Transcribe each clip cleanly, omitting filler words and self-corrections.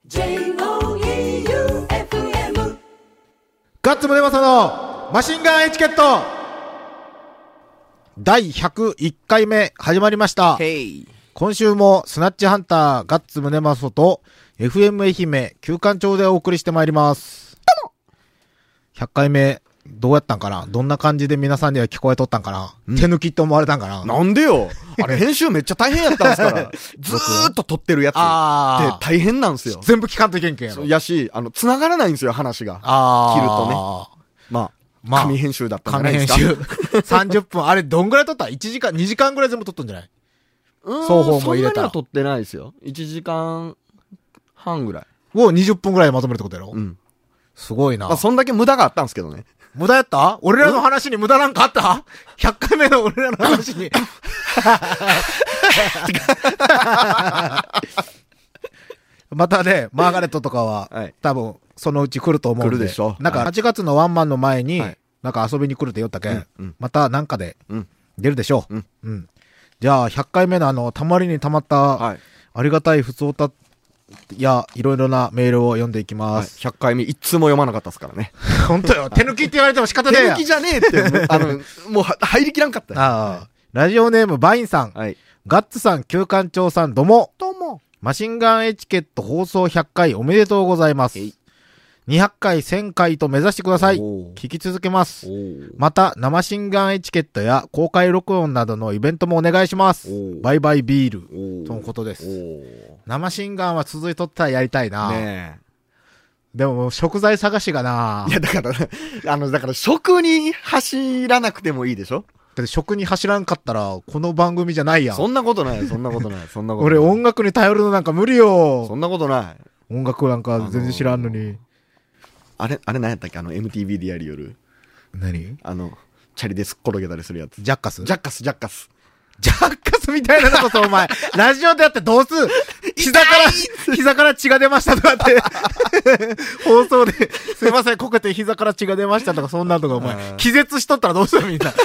J-O-E-U-F-M ガッツムネマソのマシンガンエチケット第101回目始まりました。今週もスナッチハンターガッツムネマソと FM 愛媛旧館長でお送りしてまいります。どうも100回目どうやったんかな、どんな感じで皆さんには聞こえとったんかな、手抜きって思われたんかな。 なんでよ、あれ編集めっちゃ大変やったんですからずーっと撮ってるやつって大変なんですよ。 全部聞かんといけんけんやろ。 やし、繋がらないんですよ、話が。切るとね。まあ、紙編集だったんじゃないですか。 紙編集。30分。あれ、どんぐらい撮った ?1 時間、2時間ぐらい全部撮ったんじゃない？双方も入れたら。 そんなには撮ってないですよ。1時間半ぐらい。 を20分ぐらいまとめるってことやろ？ うん。 すごいな。 まあ、そんだけ無駄があったんですけどね。 無駄やった？俺らの話に無駄なんかあった？ 100 回目の俺らの話に。またね、マーガレットとかは、 はい、 多分、そのうち来ると思うんで。 来るでしょ。 なんか8月のワンマンの前に、 はい、 なんか遊びに来るって言ったけん、 うん、 またなんかで、出るでしょう。 うん。 じゃあ、100回目のたまりにたまった、はい、ありがたい普通歌や、いろいろなメールを読んでいきます。 はい、100回目一通も読まなかったですからね。 本当よ。手抜きって言われても仕方ねえや。 手抜きじゃねえって、もう入りきらんかったよ。 ラジオネームバインさん。 はい。 ガッツさん、旧館長さん、どうも。 どうも。 マシンガンエチケット放送100回おめでとうございます。200回、1000回と目指してください。聞き続けます。また、生シンガンエチケットや公開録音などのイベントもお願いします。バイバイビール。とのことです。生シンガンは続いとったらやりたいな。ねえ。でも、食材探しがな。 いや、だから食に走らなくてもいいでしょ？ だって食に走らんかったら、この番組じゃないやん。 そんなことない、そんなことない、そんなことない。俺音楽に頼るのなんか無理よ。 そんなことない。 音楽なんか全然知らんのに。 あれ何やったっけMTV でやる夜。 何？ チャリですっ転げたりするやつ。 ジャッカスジャッカスみたいなのこそお前、ラジオでやってどうする？膝から血が出ましたとかって、放送で、すいません、こけて膝から血が出ましたとか、そんなんとかお前、気絶しとったらどうするみんな。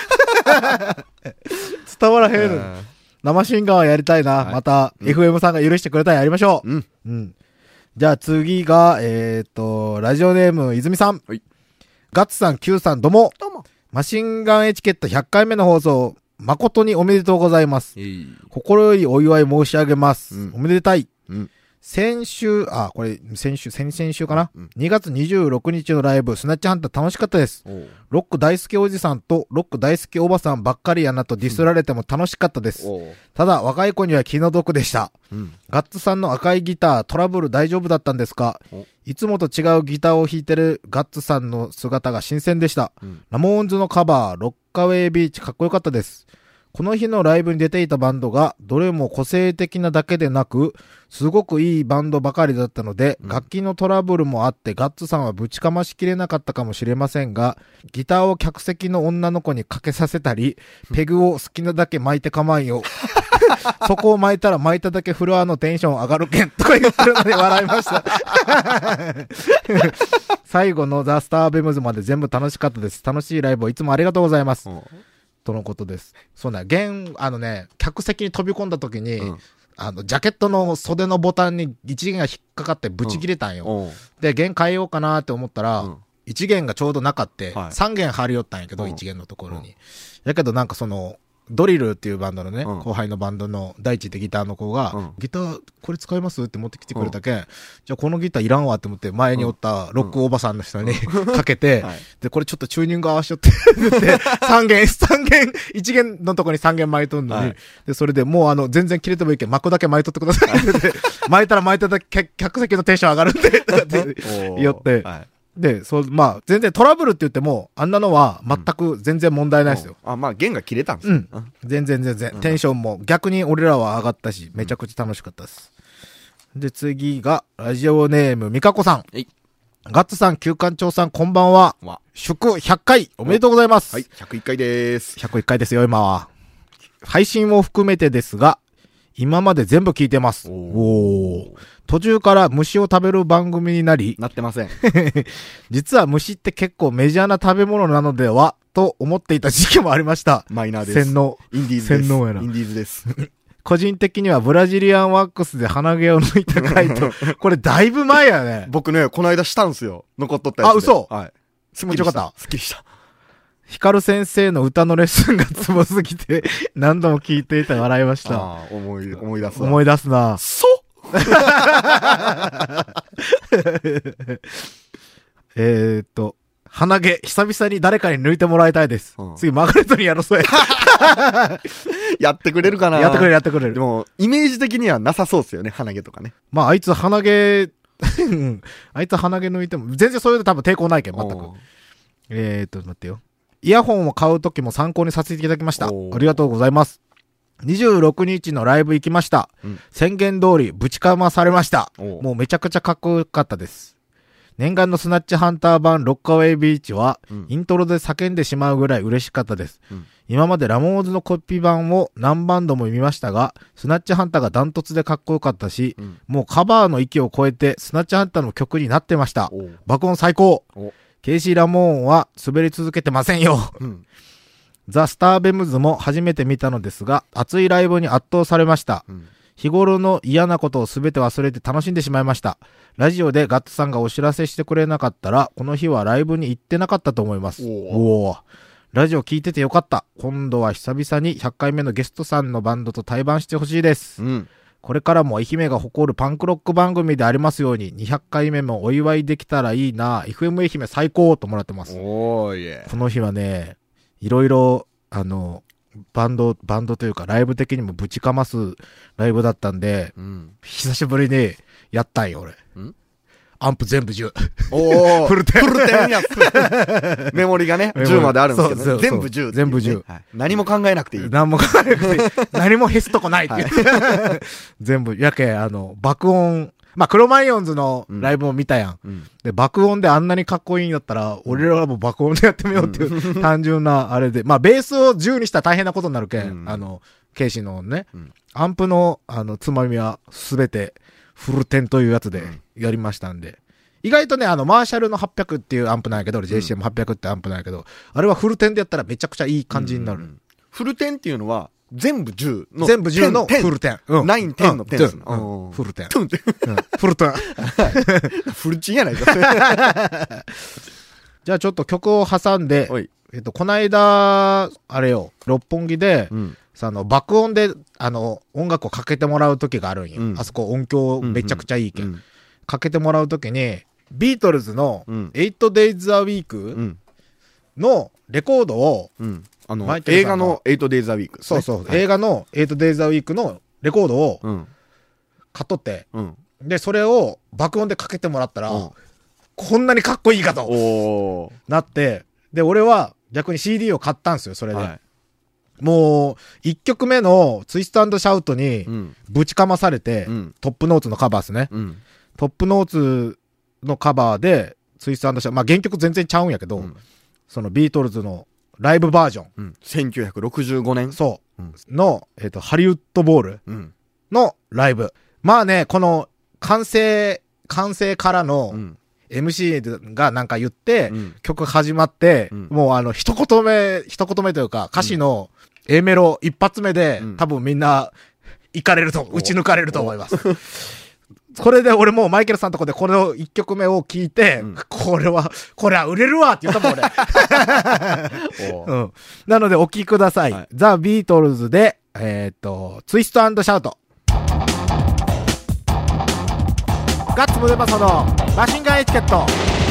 伝わらへん。生シンガーはやりたいな。また、FM さんが許してくれたらやりましょう。じゃあ次が、ラジオネーム、泉さん。ガッツさん、Q さん、どうも。マシンガンエチケット100回目の放送、誠におめでとうございます。心よりお祝い申し上げます。おめでたい。先週かな、2月26日のライブ、スナッチハンター楽しかったです。ロック大好きおじさんとロック大好きおばさんばっかりやなとディスられても楽しかったです。ただ、若い子には気の毒でした。ガッツさんの赤いギター、トラブル大丈夫だったんですか？いつもと違うギターを弾いてるガッツさんの姿が新鮮でした。ラモーンズのカバー、ロッカウェイビーチかっこよかったです。この日のライブに出ていたバンドがどれも個性的なだけでなくすごくいいバンドばかりだったので、楽器のトラブルもあってガッツさんはぶちかましきれなかったかもしれませんが、ギターを客席の女の子にかけさせたり、ペグを好きなだけ巻いて構えんよそこを巻いたら巻いただけフロアのテンション上がるけんとか言ってるので笑いました最後のザ・スターベムズまで全部楽しかったです。楽しいライブをいつもありがとうございます、とのことです。そうね、客席に飛び込んだ時に、ジャケットの袖のボタンに一元が引っかかってブチ切れたんよ。で、弦変えようかなって思ったら、一元がちょうどなかって、3弦貼り寄ったんやけど、一元のところに。やけどなんかドリルっていうバンドのね、後輩のバンドの第一ってギターの子が、ギターこれ使いますって持ってきてくれたけん、じゃあこのギターいらんわって思って前におったロックおばさんの人にかけて、で、これちょっとチューニング合わしよって言って、1弦のとこに3弦巻いとんのに、で、それでもう全然切れてもいいけん、巻くだけ巻いとってくださいって言って、巻いたら巻いただけ客席のテンション上がるんで、って言って、で、全然トラブルって言っても、あんなのは全く全然問題ないですよ。 弦が切れたんですよ。 全然。テンションも逆に俺らは上がったし、めちゃくちゃ楽しかったです。で、次が、ラジオネーム、みかこさん。ガッツさん、旧館長さん、こんばんは。祝100回、おめでとうございます。 はい、101回です。 101回ですよ、今は。配信を含めてですが、今まで全部聞いてます。途中から虫を食べる番組になってません。 実は虫って結構メジャーな食べ物なのではと思っていた時期もありました。 マイナーです。 洗脳。 インディーズです。 洗脳やな。 インディーズです。 個人的にはブラジリアンワックスで鼻毛を抜いた回答。これだいぶ前やね。 僕ね、この間したんすよ。残っとったやつで。 あ、嘘。 はい。 気持ちよかった。 すっきりした。 ヒカル先生の歌のレッスンがツボすぎて、何度も聞いていて笑いました。 ああ、思い出すな。 思い出すな。鼻毛、久々に誰かに抜いてもらいたいです。次、マーガレットにやろそうや。 やってくれるかな。 やってくれる。 でも、イメージ的にはなさそうっすよね、鼻毛とかね。 まあ、あいつ鼻毛、あいつ鼻毛抜いても、全然そういうの多分抵抗ないけん、全く。待ってよ。イヤホンを買うときも参考にさせていただきました。ありがとうございます。26日のライブ行きました。宣言通り、ぶちかまされました。もうめちゃくちゃかっこよかったです。念願のスナッチハンター版ロッカウェイビーチは、イントロで叫んでしまうぐらい嬉しかったです。今までラモーズのコピー版を何バンドも見ましたが、スナッチハンターがダントツでかっこよかったし、もうカバーの域を超えてスナッチハンターの曲になってました。爆音最高。ケイシー・ラモーンは滑り続けてませんよ。ザ・スターベムズも初めて見たのですが、熱いライブに圧倒されました。日頃の嫌なことをすべて忘れて楽しんでしまいました。ラジオでガッツさんがお知らせしてくれなかったら、この日はライブに行ってなかったと思います。おー。ラジオ聞いててよかった。今度は久々に100回目のゲストさんのバンドと対バンしてほしいです。これからも愛媛が誇るパンクロック番組でありますように、200回目もお祝いできたらいいな。FM 愛媛最高ともらってます。この日はね、いろいろ、バンドというかライブ的にもぶちかますライブだったんで、久しぶりにやったんよ、俺。アンプ全部10。フルテンやつ。メモリがね、10まであるんですけど、全部10。全部10。 何も考えなくていい。 何も考えなくていい。何もへすとこないっていう。全部、やけ、爆音、まあ、クロマイオンズのライブも見たやん。で、爆音であんなにかっこいいんだったら、俺らはもう爆音でやってみようっていう単純なあれで、まあ、ベースを10にしたら大変なことになるけん、ケイシのね、アンプの、つまみはすべてフルテンというやつでやりましたんで、意外とね、マーシャルの800っていうアンプなんやけど、俺 JCM800 ってアンプなんやけど、あれはフルテンでやったらめちゃくちゃいい感じになる。 フルテンっていうのは、全部10の。 全部10のフルテン。 9、10の10ですね。 フルテン。 フルテン。フルチンやないか。 じゃあちょっと曲を挟んで、こないだ、あれよ、六本木で、爆音で、音楽をかけてもらう時があるんよ。あそこ音響めちゃくちゃいいけん。かけてもらう時に、ビートルズの 8days a week のレコードを、 映画の 8days a week。 そうそう。映画の 8days a week のレコードを買っとって、で、それを爆音でかけてもらったら、こんなにかっこいいかとなって、で、俺は逆に CD を買ったんですよ、それで。もう、1曲目のツイスト&シャウトにぶちかまされて、トップノーツのカバーですね。トップノーツのカバーで、ツイスト&シャウト、まあ原曲全然ちゃうんやけど、そのビートルズのライブバージョン。 1965年。 そう。の、ハリウッドボールのライブ。まあね、この完成からの MC がなんか言って、曲始まって、もう一言目というか、歌詞の A メロ一発目で、多分みんな、打ち抜かれると思います。これで俺もうマイケルさんのとこでこれを1曲目を聞いて、これは売れるわって言ったもん俺。なのでお聴きください。ザ・ビートルズで、ツイスト&シャウト。ガッツムデパソのマシンガンエチケット。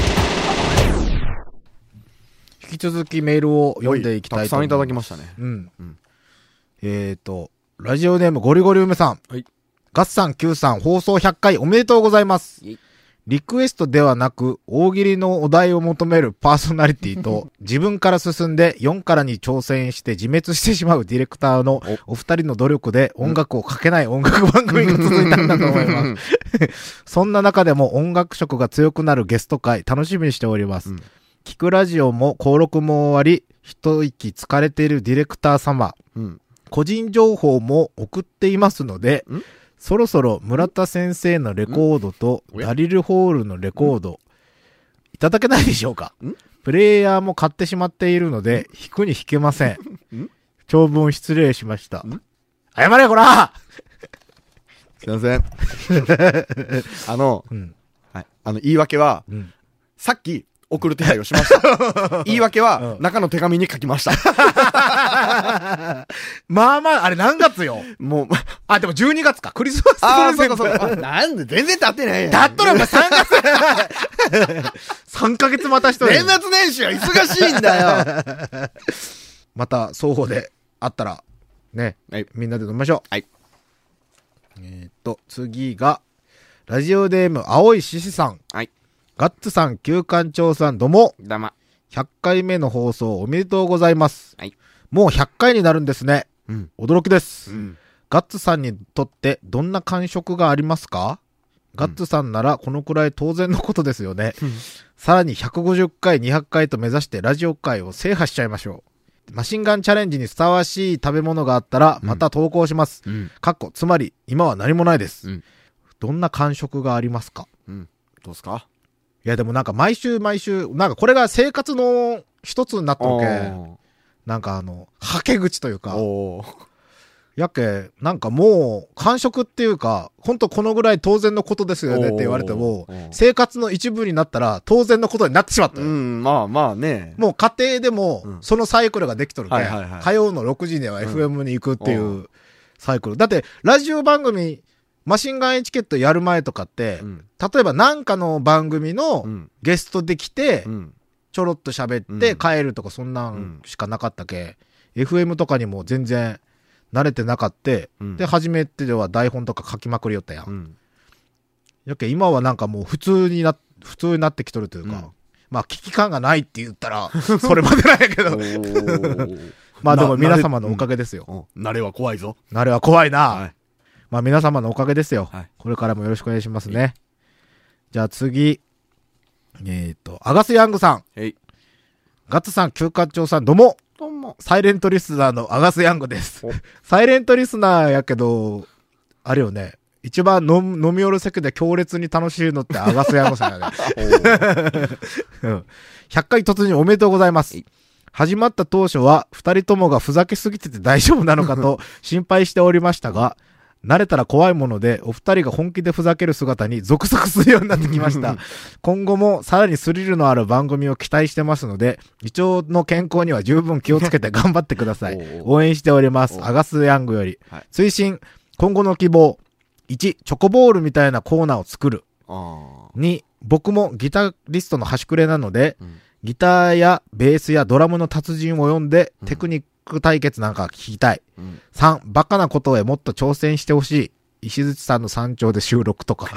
引き続きメールを読んでいきたいと思います。たくさんいただきましたね。ラジオネームゴリゴリ梅さん。ガッツさん、Qさん、放送100回おめでとうございます。リクエストではなく、大喜利のお題を求めるパーソナリティと、自分から進んで4からに挑戦して自滅してしまうディレクターのお二人の努力で音楽をかけない音楽番組が続いたんだと思います。そんな中でも音楽色が強くなるゲスト会、楽しみにしております。聞くラジオも登録も終わり、一息疲れているディレクター様、個人情報も送っていますので、そろそろ村田先生のレコードとダリルホールのレコードいただけないでしょうか。プレイヤーも買ってしまっているので弾くに弾けません。長文失礼しました。 謝れ、こら。 すいません。 うん。 はい。言い訳は、 うん。 さっき送る手配をしました。言い訳は、 うん中の手紙に書きました。 まあまあ、あれ何月よ。 もう、 あ、でも12月か。クリスマスああ、 プレゼント。 そうかそうか。あなんで全然経ってないやん。 だったらお前3月3ヶ月待たしとるやん。 年末年始は忙しいんだよ。 また、双方で会ったら、ね、 はい。 みんなで飲みましょう。 はい。 次が、ラジオネーム、青い獅子さん。 はい。 ガッツさん、旧館長さん、どうも。 だま。 100回目の放送おめでとうございます。 はい。 もう100回になるんですね。 うん。 驚きです。 うん。 ガッツさんにとってどんな感触がありますか？ガッツさんならこのくらい当然のことですよね。さらに150回、200回と目指してラジオ界を制覇しちゃいましょう。マシンガンチャレンジにふさわしい食べ物があったらまた投稿します。 うん。 つまり今は何もないです。 うん。 どんな感触がありますか？ うん。どうすか？ いやでもなんか毎週、なんかこれが生活の一つになっとるけ。なんかはけ口というか。 おー。 やけ、なんかもう、感触っていうか、ほんとこのぐらい当然のことですよねって言われてもおー、 生活の一部になったら当然のことになってしまったよ。 うん、まあまあね。 もう家庭でもうん、 そのサイクルができとるけ、 はいはいはい火曜の6時には FM に行くっていうんうサイクル。だって、ラジオ番組、マシンガンエチケットやる前とかって、 うん。 例えばなんかの番組のうん。 ゲストで来てう、ん。 ちょろっと喋ってうん帰るとかそんなんしかなかったけ、FM とかにも全然慣れてなかった。 うんで、初めてでは台本とか書きまくりよったやん。 うん。 やけ今はなんかもう普通になってきとるというか、 うんまあ危機感がないって言ったら、それまでなんやけおど、 ーまあでもな皆様のおかげですよ。 慣れは怖いぞ。 あれは怖いな。 はい。 まあ皆様のおかげですよ。 はいこれからもよろしくお願いしますね。じゃあ次。アガスヤングさん。 へい。 ガッツさん、旧館長さん、どうも。 どうも。 サイレントリスナーのアガスヤングですお。 サイレントリスナーやけど、あれよね。一番飲み寄る席で強烈に楽しいのってアガスヤングさんやね。うん100回突入おめでとうございます。始まった当初は、二人ともがふざけすぎてて大丈夫なのかと心配しておりましたが、慣れたら怖いもので、お二人が本気でふざける姿にゾクゾクするようになってきました。今後もさらにスリルのある番組を期待してますので、胃腸の健康には十分気をつけて頑張ってください。応援しております。アガスヤングより。 はい推進、今後の希望。1、チョコボールみたいなコーナーを作る。 あ 2、僕もギタリストの端くれなので、 ーうんギターやベースやドラムの達人を呼んで、 うんテクニック対決なんか聞きたい。 うん 3、バカなことへもっと挑戦してほしい。石槌さんの山頂で収録とか。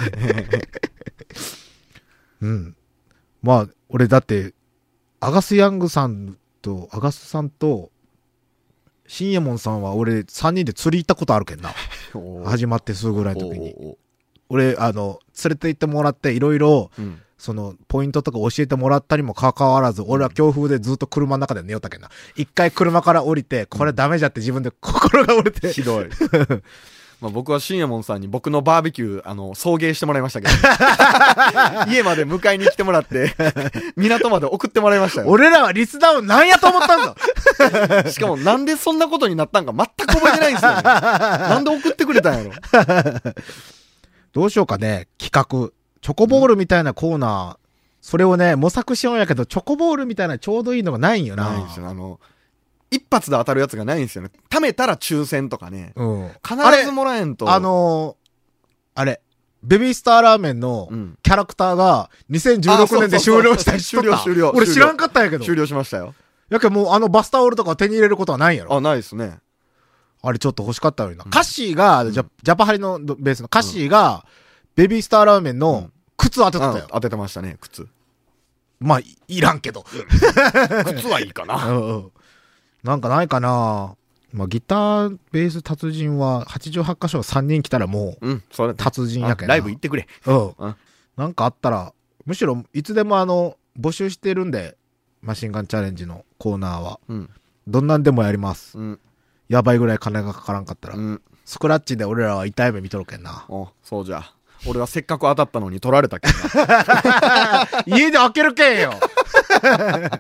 うん。まあ、俺だって、アガスヤングさんと、アガスさんと、シンエモンさんは俺3人で釣り行ったことあるけんな。 おー始まってすぐぐらいの時に。 おー俺、連れて行ってもらっていろいろ、 うんその、ポイントとか教えてもらったにもかかわらず、俺は強風でずっと車の中で寝よったけんな。一回車から降りて、これダメじゃって自分で心が折れて。 ひどい。まあ僕は深夜門さんに僕のバーベキュー、送迎してもらいましたけど。家まで迎えに来てもらって、港まで送ってもらいましたよ。 俺らはリスナーを何やと思ったんだしかもなんでそんなことになったんか全く覚えてないんですよ、ね。なんで送ってくれたんやろ。 どうしようかね、企画。チョコボールみたいなコーナー、それをね、模索しようんやけど、チョコボールみたいなちょうどいいのがないんよな。 ないんですよ。一発で当たるやつがないんですよね。貯めたら抽選とかね。 うん。 必ずもらえんと。 あれ、ベビースターラーメンのうんキャラクターが2016年で終了したりしとった。 終了俺知らんかったんやけど。 終了しましたよ。 やけもうバスタオルとか手に入れることはないんやろ。 あ、ないですね。 あれちょっと欲しかったのにな。カッシーが、ジャパハリのベースのカッシーが、ベビースターラーメンの靴当ててたよ。 当ててましたね、靴。 まあ、いらんけど。 靴はいいかな。 うんうんなんかないかな。まあ、ギター、ベース、達人は88箇所3人来たらもう、 うん、それ。 達人やけんなライブ行ってくれ。 うんうん。 なんかあったら、むしろ、いつでも募集してるんで、マシンガンチャレンジのコーナーは。 うん。 どんなんでもやります。 うん。 やばいぐらい金がかからんかったら。 うん。 スクラッチで俺らは痛い目見とるけんな。 お、そうじゃ。俺はせっかく当たったのに取られたけどな。 家で開けるけんよ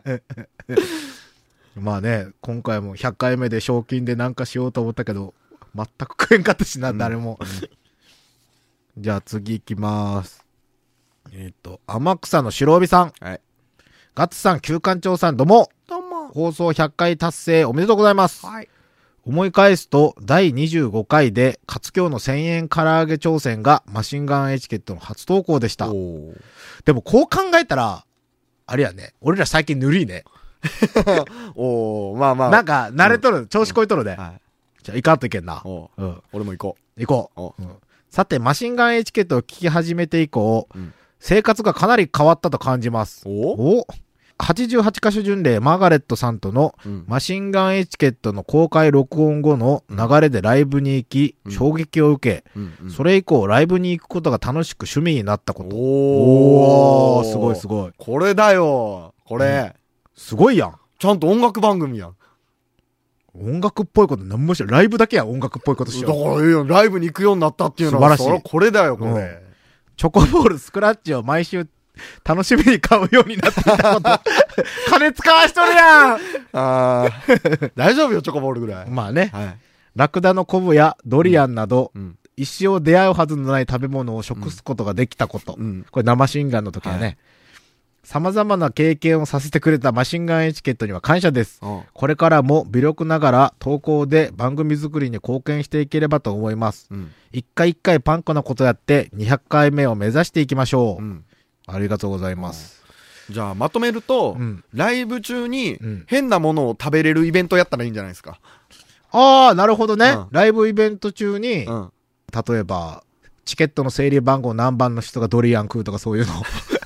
まあね、今回も100回目で賞金でなんかしようと思ったけど、 全く食えんかったしな、誰も。じゃあ次行きます。天草の白帯さん。 はい。 ガッツさん、旧館長さん、どうも。 どうも。 放送100回達成おめでとうございます。 はい。 思い返すと、第25回で、活況の1000円唐揚げ挑戦がマシンガンエチケットの初投稿でした。でもこう考えたら、あれやね、俺ら最近ぬるいね。 まあまあ。 なんか、慣れとる、調子こいとるで。 はい。 じゃあ、行かんといけんな。 うん。俺も行こ行こう。さて、マシンガンエチケットを聞き始めて以降、生活がかなり変わったと感じます。88カ所巡礼マーガレットさんとのマシンガンエチケットの公開録音後の流れでライブに行き、衝撃を受け、それ以降ライブに行くことが楽しく趣味になったこと。おー、すごいすごい。 これだよ。これ。 すごいやん。 ちゃんと音楽番組やん。 音楽っぽいこと何もしない。ライブだけや音楽っぽいことしよう。 だからいいよ、ライブに行くようになったっていうのは素晴らしい。 これだよ、これ。 チョコボール、スクラッチを毎週楽しみに買うようになっていたこと。金使わしとるやん大丈夫よ、チョコボールぐらい。 まあね。ラクダのコブやドリアンなど、一生出会うはずのない食べ物を食すことができたこと。これ生シンガンの時はね。様々な経験をさせてくれたマシンガンエチケットには感謝です。これからも微力ながら投稿で番組作りに貢献していければと思います。一回一回パンクなことやって200回目を目指していきましょう。ありがとうございます。 じゃあまとめると、ライブ中に変なものを食べれるイベントやったらいいんじゃないですか。 ああ、なるほどね。ライブイベント中に、例えば、チケットの整理番号何番の人がドリアン食うとかそういうの。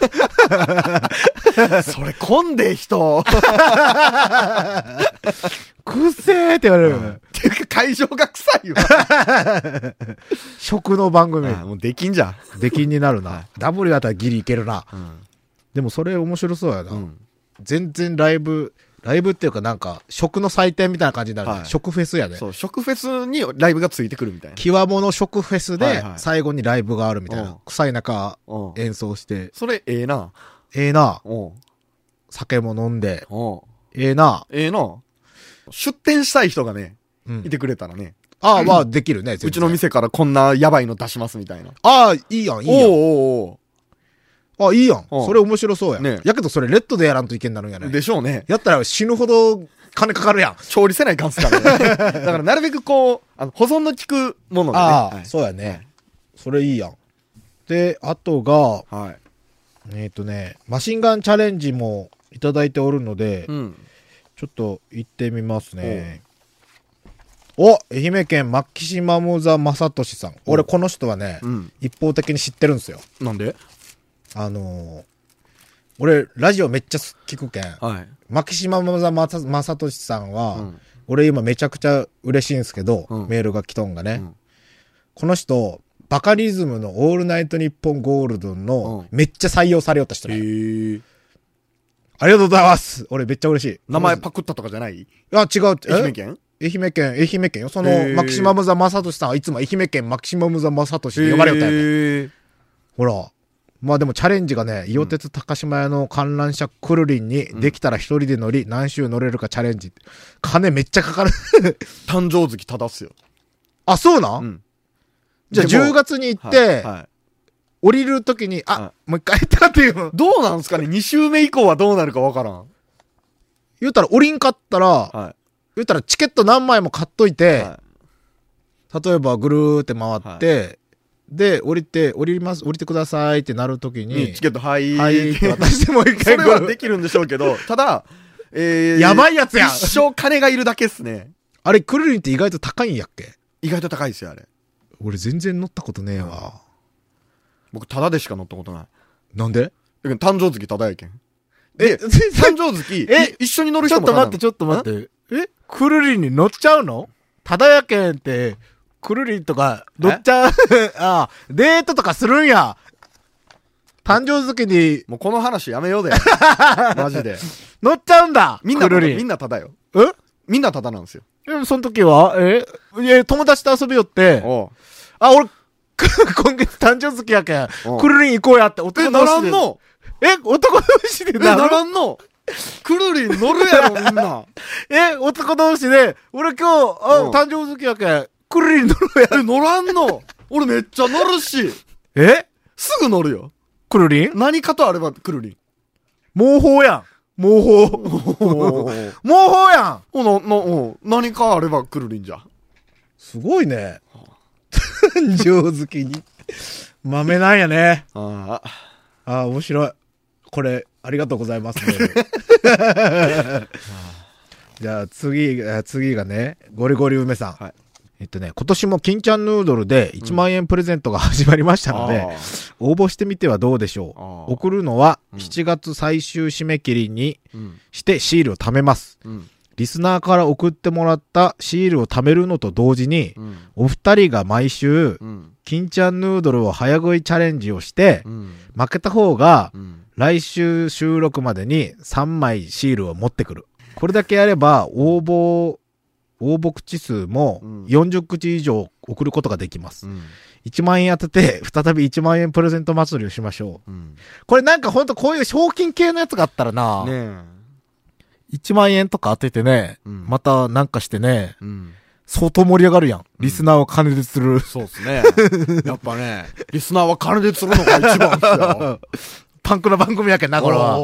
それ混んで人。 くせーって言われる。 っていうか会場が臭いわ。 食の番組。 もうできんじゃん。 できんになるな。W だったらギリいけるな。でもそれ面白そうやな。全然ライブっていうかなんか、食の祭典みたいな感じになる。食フェスやね。 そう、食フェスにライブがついてくるみたいな。 極物食フェスで、最後にライブがあるみたいな。臭い中、演奏して。 それ、ええな。 ええな。酒も飲んで。ええな。 ええな。出店したい人がね、いてくれたらね。 ああ、まあ、できるね。 うちの店からこんなやばいの出しますみたいな。 ああ、いいやん、いいやん。あ、いいやん。それ面白そうや。 ね。 やけどそれレッドでやらんといけんなるんやね。 でしょうね。 やったら死ぬほど金かかるやん。 調理せないかんすからね。だからなるべくこう、保存の効くものでね。 ああ、そうやね。それいいやん。で、あとが、マシンガンチャレンジもいただいておるので、ちょっと行ってみますね。愛媛県マキシマムザ・マサトシさん。俺この人はね、一方的に知ってるんですよ。 なんで？ 俺、ラジオめっちゃ聞くけん。マキシマムザ・マサトシさんは、俺今めちゃくちゃ嬉しいんですけど、メールが来とんがね。この人、バカリズムのオールナイトニッポンゴールドのめっちゃ採用されよった人ね。ありがとうございます。俺めっちゃ嬉しい。 名前パクったとかじゃない？ あ、違う。 愛媛県よ。その、マキシマムザ・マサトシさんはいつも愛媛県マキシマムザ・マサトシで呼ばれよったよね。ほら。まあでもチャレンジがね、伊予鉄高島屋の観覧車クルリンにできたら一人で乗り、何周乗れるかチャレンジ。金めっちゃかかる。 誕生月正すよ。 あ、そうなん？じゃあ10月に行って、降りるときに、もう一回行ったっていう。 どうなんすかね ?2 週目以降はどうなるかわからん。 言うたら降りんかったら、言うたらチケット何枚も買っといて、例えばぐるーって回って、で、降りてくださいってなるときに、 チケットはいって渡してもう一回それはできるんでしょうけど、ただ、 やばいやつやん。 一生金がいるだけっすね。 あれ、クルリンって意外と高いんやっけ？ 意外と高いですよ、あれ。 俺全然乗ったことねえわ。 僕、タダでしか乗ったことない。 なんで？ 誕生月タダやけん。誕生月、一緒に乗る人もちょっと待って。クルリンに乗っちゃうの？タダやけんって、クルリンとか乗っちゃう。デートとかするんや。誕生月に。 もうこの話やめようで。マジで。 乗っちゃうんだ。 みんなタダよ。みんなタダなんですよ。 その時は友達と遊びよって、俺、今月誕生月やけん、クルリン行こうやって男同士で。男同士でならんのクルリン乗るやろ、みんな。 男同士で、俺今日、誕生月やけん、 くるりん乗ろうや。 乗らんの俺めっちゃ乗るし。すぐ乗るよ。 くるりん何かとあればくるりん。 毛包やん。毛包。毛包やん。 何かあればくるりんじゃ。 すごいね。上好きに。豆なんやね。 ああ、面白い。これ、ありがとうございますね。じゃあ次がね、ゴリゴリ梅さん。 はい。 今年も金ちゃんヌードルで1万円プレゼントが始まりましたので、応募してみてはどうでしょう。送るのは7月最終締め切りにしてシールを貯めます。リスナーから送ってもらったシールを貯めるのと同時に、お二人が毎週、金ちゃんヌードルを早食いチャレンジをして、負けた方が、来週収録までに3枚シールを持ってくる。これだけやれば、応募口数も40口以上送ることができます。1万円当てて、再び1万円プレゼント祭りをしましょう。これなんかほんとこういう賞金系のやつがあったらな、1万円とか当ててね、またなんかしてね、相当盛り上がるやん。リスナーを金で釣る。 そうっすね。やっぱね、リスナーは金で釣るのが一番ですよ。 パンクな番組やけんな、これは。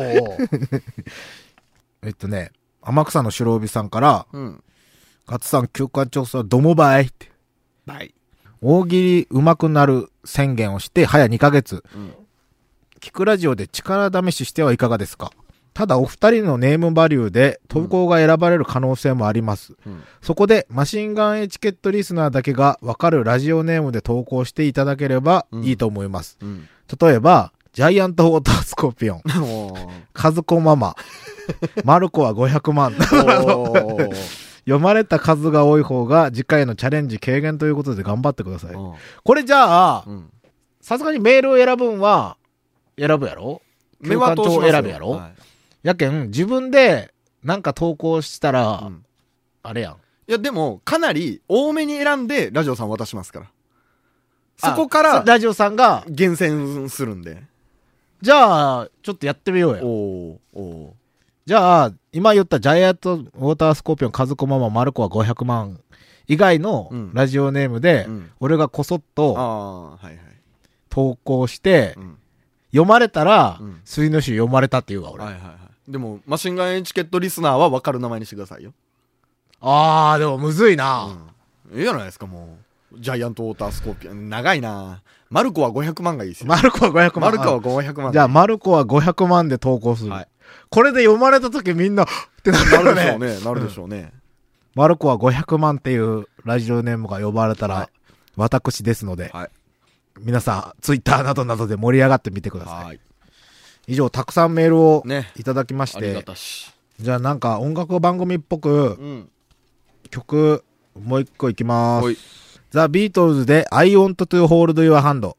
天草の白帯さんから、ガツさん休館調査どもばいって。大喜利上手くなる宣言をして早2ヶ月。聞くラジオで力試ししてはいかがですか？ただお二人のネームバリューで投稿が選ばれる可能性もあります。そこでマシンガンエチケットリスナーだけがわかるラジオネームで投稿していただければいいと思います。例えば、ジャイアントウォータースコーピオン、カズコママ、マルコは500万。読まれた数が多い方が次回のチャレンジ軽減ということで頑張ってください。これじゃあ、さすがにメールを選ぶんは選ぶやろ？休館長選ぶやろ？やけん、自分でなんか投稿したら、あれやん。 いや、でも、かなり多めに選んで、ラジオさん渡しますから。そこから、 ラジオさんが、 厳選するんで。 じゃあ、ちょっとやってみようや。じゃあ、今言ったジャイアントウォータースコーピオン、カズコママ、マルコは500万以外のラジオネームで、俺がこそっと、投稿して、読まれたら、水の種読まれたって言うわ、俺。 でも、マシンガンエチケットリスナーは分かる名前にしてくださいよ。 でもむずいな。 いいじゃないですか、もう。ジャイアントウォータースコーピオン。長いな。マルコは500万がいいですよ。 マルコは500万。 マルコは500万。 じゃあ、マルコは500万で投稿する。これで読まれた時みんな、ってなるでしょうね。 なるでしょうね。 マルコは500万っていうラジオネームが呼ばれたら、私ですので、皆さん、ツイッターなどなどで盛り上がってみてください。以上、たくさんメールをいただきまして、 ありがたし。 じゃあなんか音楽番組っぽく、曲、もう一個いきます。ザ・ビートルズで I want to hold your hand。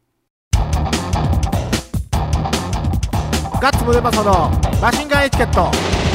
ガッツムデパソのマシンガンエチケット。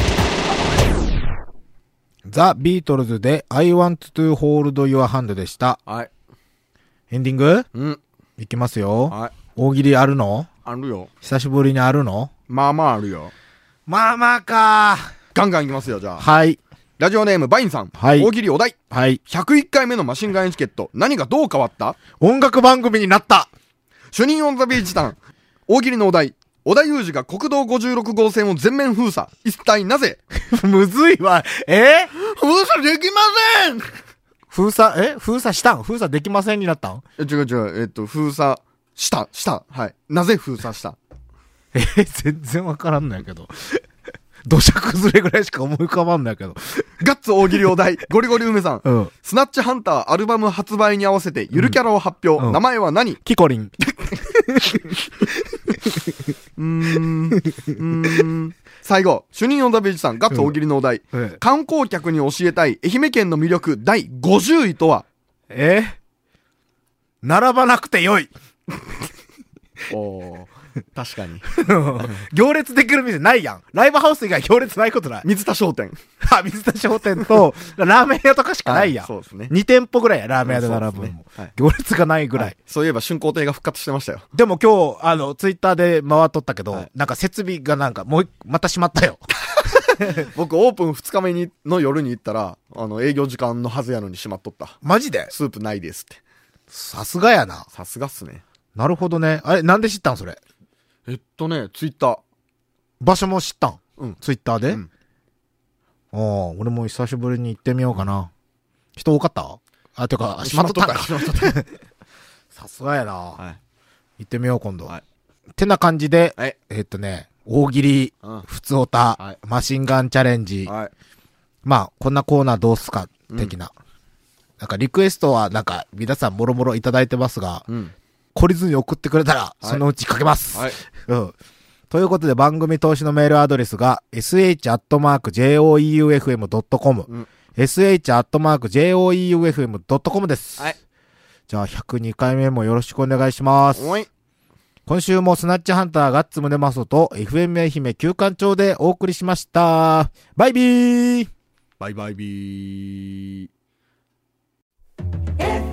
ザ・ビートルズで I want to hold your hand でした。エンディングいきますよ。大喜利あるの？ あるよ。 久しぶりにあるの？ まあまああるよ。 まあまあか。 ガンガンいきますよ、じゃあ。 はい。 ラジオネームバインさん。大喜利お題。101回目のマシンガンエチケット。何がどう変わった？ 音楽番組になった。 主任オンザビーチタン。大喜利のお題。織田裕二が国道56号線を全面封鎖。一体なぜ？ むずいわ。 封鎖できません。 封鎖したん？封鎖できませんになったん？ 違う。封鎖した。はい。なぜ封鎖した？ 全然わからんのやけど。土砂崩れぐらいしか思い浮かばんのやけど。 ガッツ大喜利お題、ゴリゴリ梅さん。スナッチハンターアルバム発売に合わせてゆるキャラを発表。名前は何？ キコリン。 最後、主任オンザビーチさん、ガッツ大喜利のお題。観光客に教えたい愛媛県の魅力第50位とは？ 並ばなくてよい。 確かに。 行列できる店ないやん。ライブハウス以外行列ないことない。 水田商店。 水田商店と、ラーメン屋とかしかないやん。 そうですね。 2店舗ぐらいや、ラーメン屋で並ぶの。行列がないぐらい。 そういえば春光亭が復活してましたよ。 でも今日、ツイッターで回っとったけど、なんか設備がまた閉まったよ。 僕オープン2日目の夜に行ったら、営業時間のはずやのに閉まっとった。 マジでスープないですって。 さすがやな。 さすがっすね。 なるほどね。あれ、なんで知ったんそれ。 ツイッター。 場所も知ったんうん。 ツイッターで、俺も久しぶりに行ってみようかな。人多かったてか、閉まっとったか。さすがやな。 はい。 行ってみよう、今度。 はい。 ってな感じで、 はい。 大喜利、ふつおた、 はい、 マシンガンチャレンジ。 はい。 まあ、こんなコーナーどうすか、的な。なんかリクエストはなんか皆さんもろもろいただいてますが、懲りずに送ってくれたら、そのうちかけます。はい。ということで番組投資のメールアドレスが、sh@joeufm.com、sh@joeufm.com です。はい。じゃあ102回目もよろしくお願いします。はい。今週もスナッチハンターガッツムネマソと FM 愛媛旧館長でお送りしました。バイビー。 バイバイビー。